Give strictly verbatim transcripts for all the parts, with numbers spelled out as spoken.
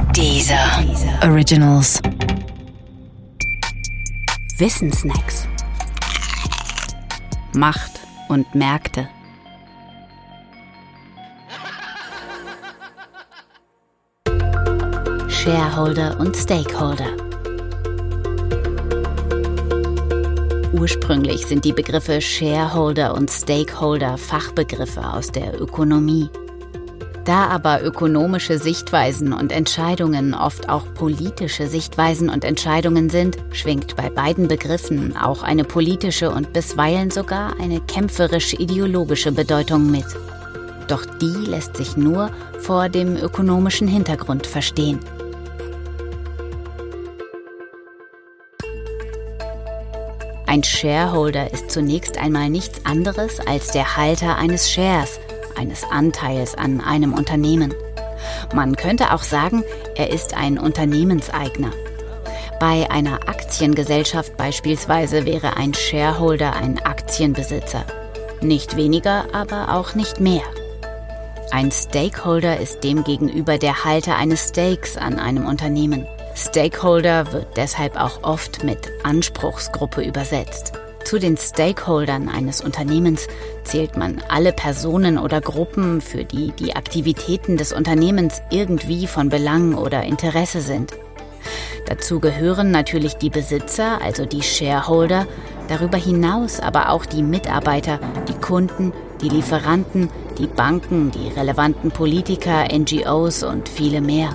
Deezer Originals. Wissensnacks. Macht und Märkte. Shareholder und Stakeholder. Ursprünglich sind die Begriffe Shareholder und Stakeholder Fachbegriffe aus der Ökonomie. Da aber ökonomische Sichtweisen und Entscheidungen oft auch politische Sichtweisen und Entscheidungen sind, schwingt bei beiden Begriffen auch eine politische und bisweilen sogar eine kämpferisch-ideologische Bedeutung mit. Doch die lässt sich nur vor dem ökonomischen Hintergrund verstehen. Ein Shareholder ist zunächst einmal nichts anderes als der Halter eines Shares, eines Anteils an einem Unternehmen. Man könnte auch sagen, er ist ein Unternehmenseigner. Bei einer Aktiengesellschaft beispielsweise wäre ein Shareholder ein Aktienbesitzer. Nicht weniger, aber auch nicht mehr. Ein Stakeholder ist demgegenüber der Halter eines Stakes an einem Unternehmen. Stakeholder wird deshalb auch oft mit Anspruchsgruppe übersetzt. Zu den Stakeholdern eines Unternehmens zählt man alle Personen oder Gruppen, für die die Aktivitäten des Unternehmens irgendwie von Belang oder Interesse sind. Dazu gehören natürlich die Besitzer, also die Shareholder, darüber hinaus aber auch die Mitarbeiter, die Kunden, die Lieferanten, die Banken, die relevanten Politiker, N G Os und viele mehr.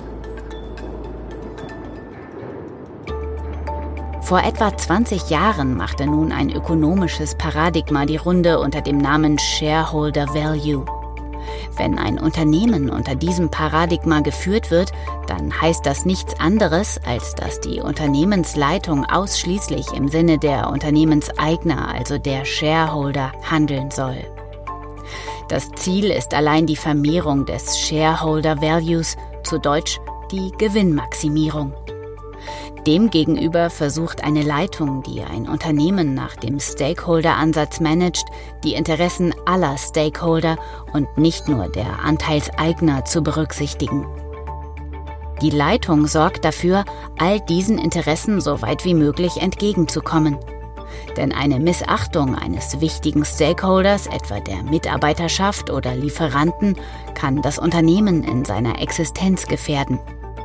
Vor etwa zwanzig Jahren machte nun ein ökonomisches Paradigma die Runde unter dem Namen Shareholder Value. Wenn ein Unternehmen unter diesem Paradigma geführt wird, dann heißt das nichts anderes, als dass die Unternehmensleitung ausschließlich im Sinne der Unternehmenseigner, also der Shareholder, handeln soll. Das Ziel ist allein die Vermehrung des Shareholder Values, zu Deutsch die Gewinnmaximierung. Demgegenüber versucht eine Leitung, die ein Unternehmen nach dem Stakeholder-Ansatz managt, die Interessen aller Stakeholder und nicht nur der Anteilseigner zu berücksichtigen. Die Leitung sorgt dafür, all diesen Interessen so weit wie möglich entgegenzukommen. Denn eine Missachtung eines wichtigen Stakeholders, etwa der Mitarbeiterschaft oder Lieferanten, kann das Unternehmen in seiner Existenz gefährden.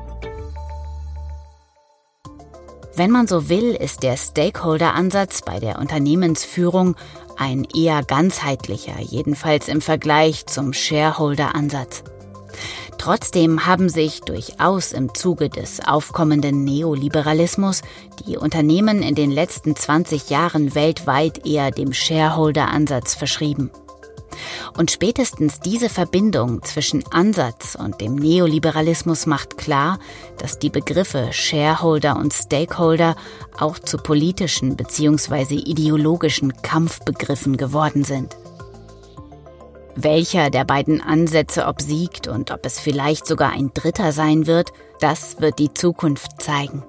Wenn man so will, ist der Stakeholder-Ansatz bei der Unternehmensführung ein eher ganzheitlicher, jedenfalls im Vergleich zum Shareholder-Ansatz. Trotzdem haben sich durchaus im Zuge des aufkommenden Neoliberalismus die Unternehmen in den letzten zwanzig Jahren weltweit eher dem Shareholder-Ansatz verschrieben. Und spätestens diese Verbindung zwischen Ansatz und dem Neoliberalismus macht klar, dass die Begriffe Shareholder und Stakeholder auch zu politischen bzw. ideologischen Kampfbegriffen geworden sind. Welcher der beiden Ansätze obsiegt und ob es vielleicht sogar ein dritter sein wird, das wird die Zukunft zeigen.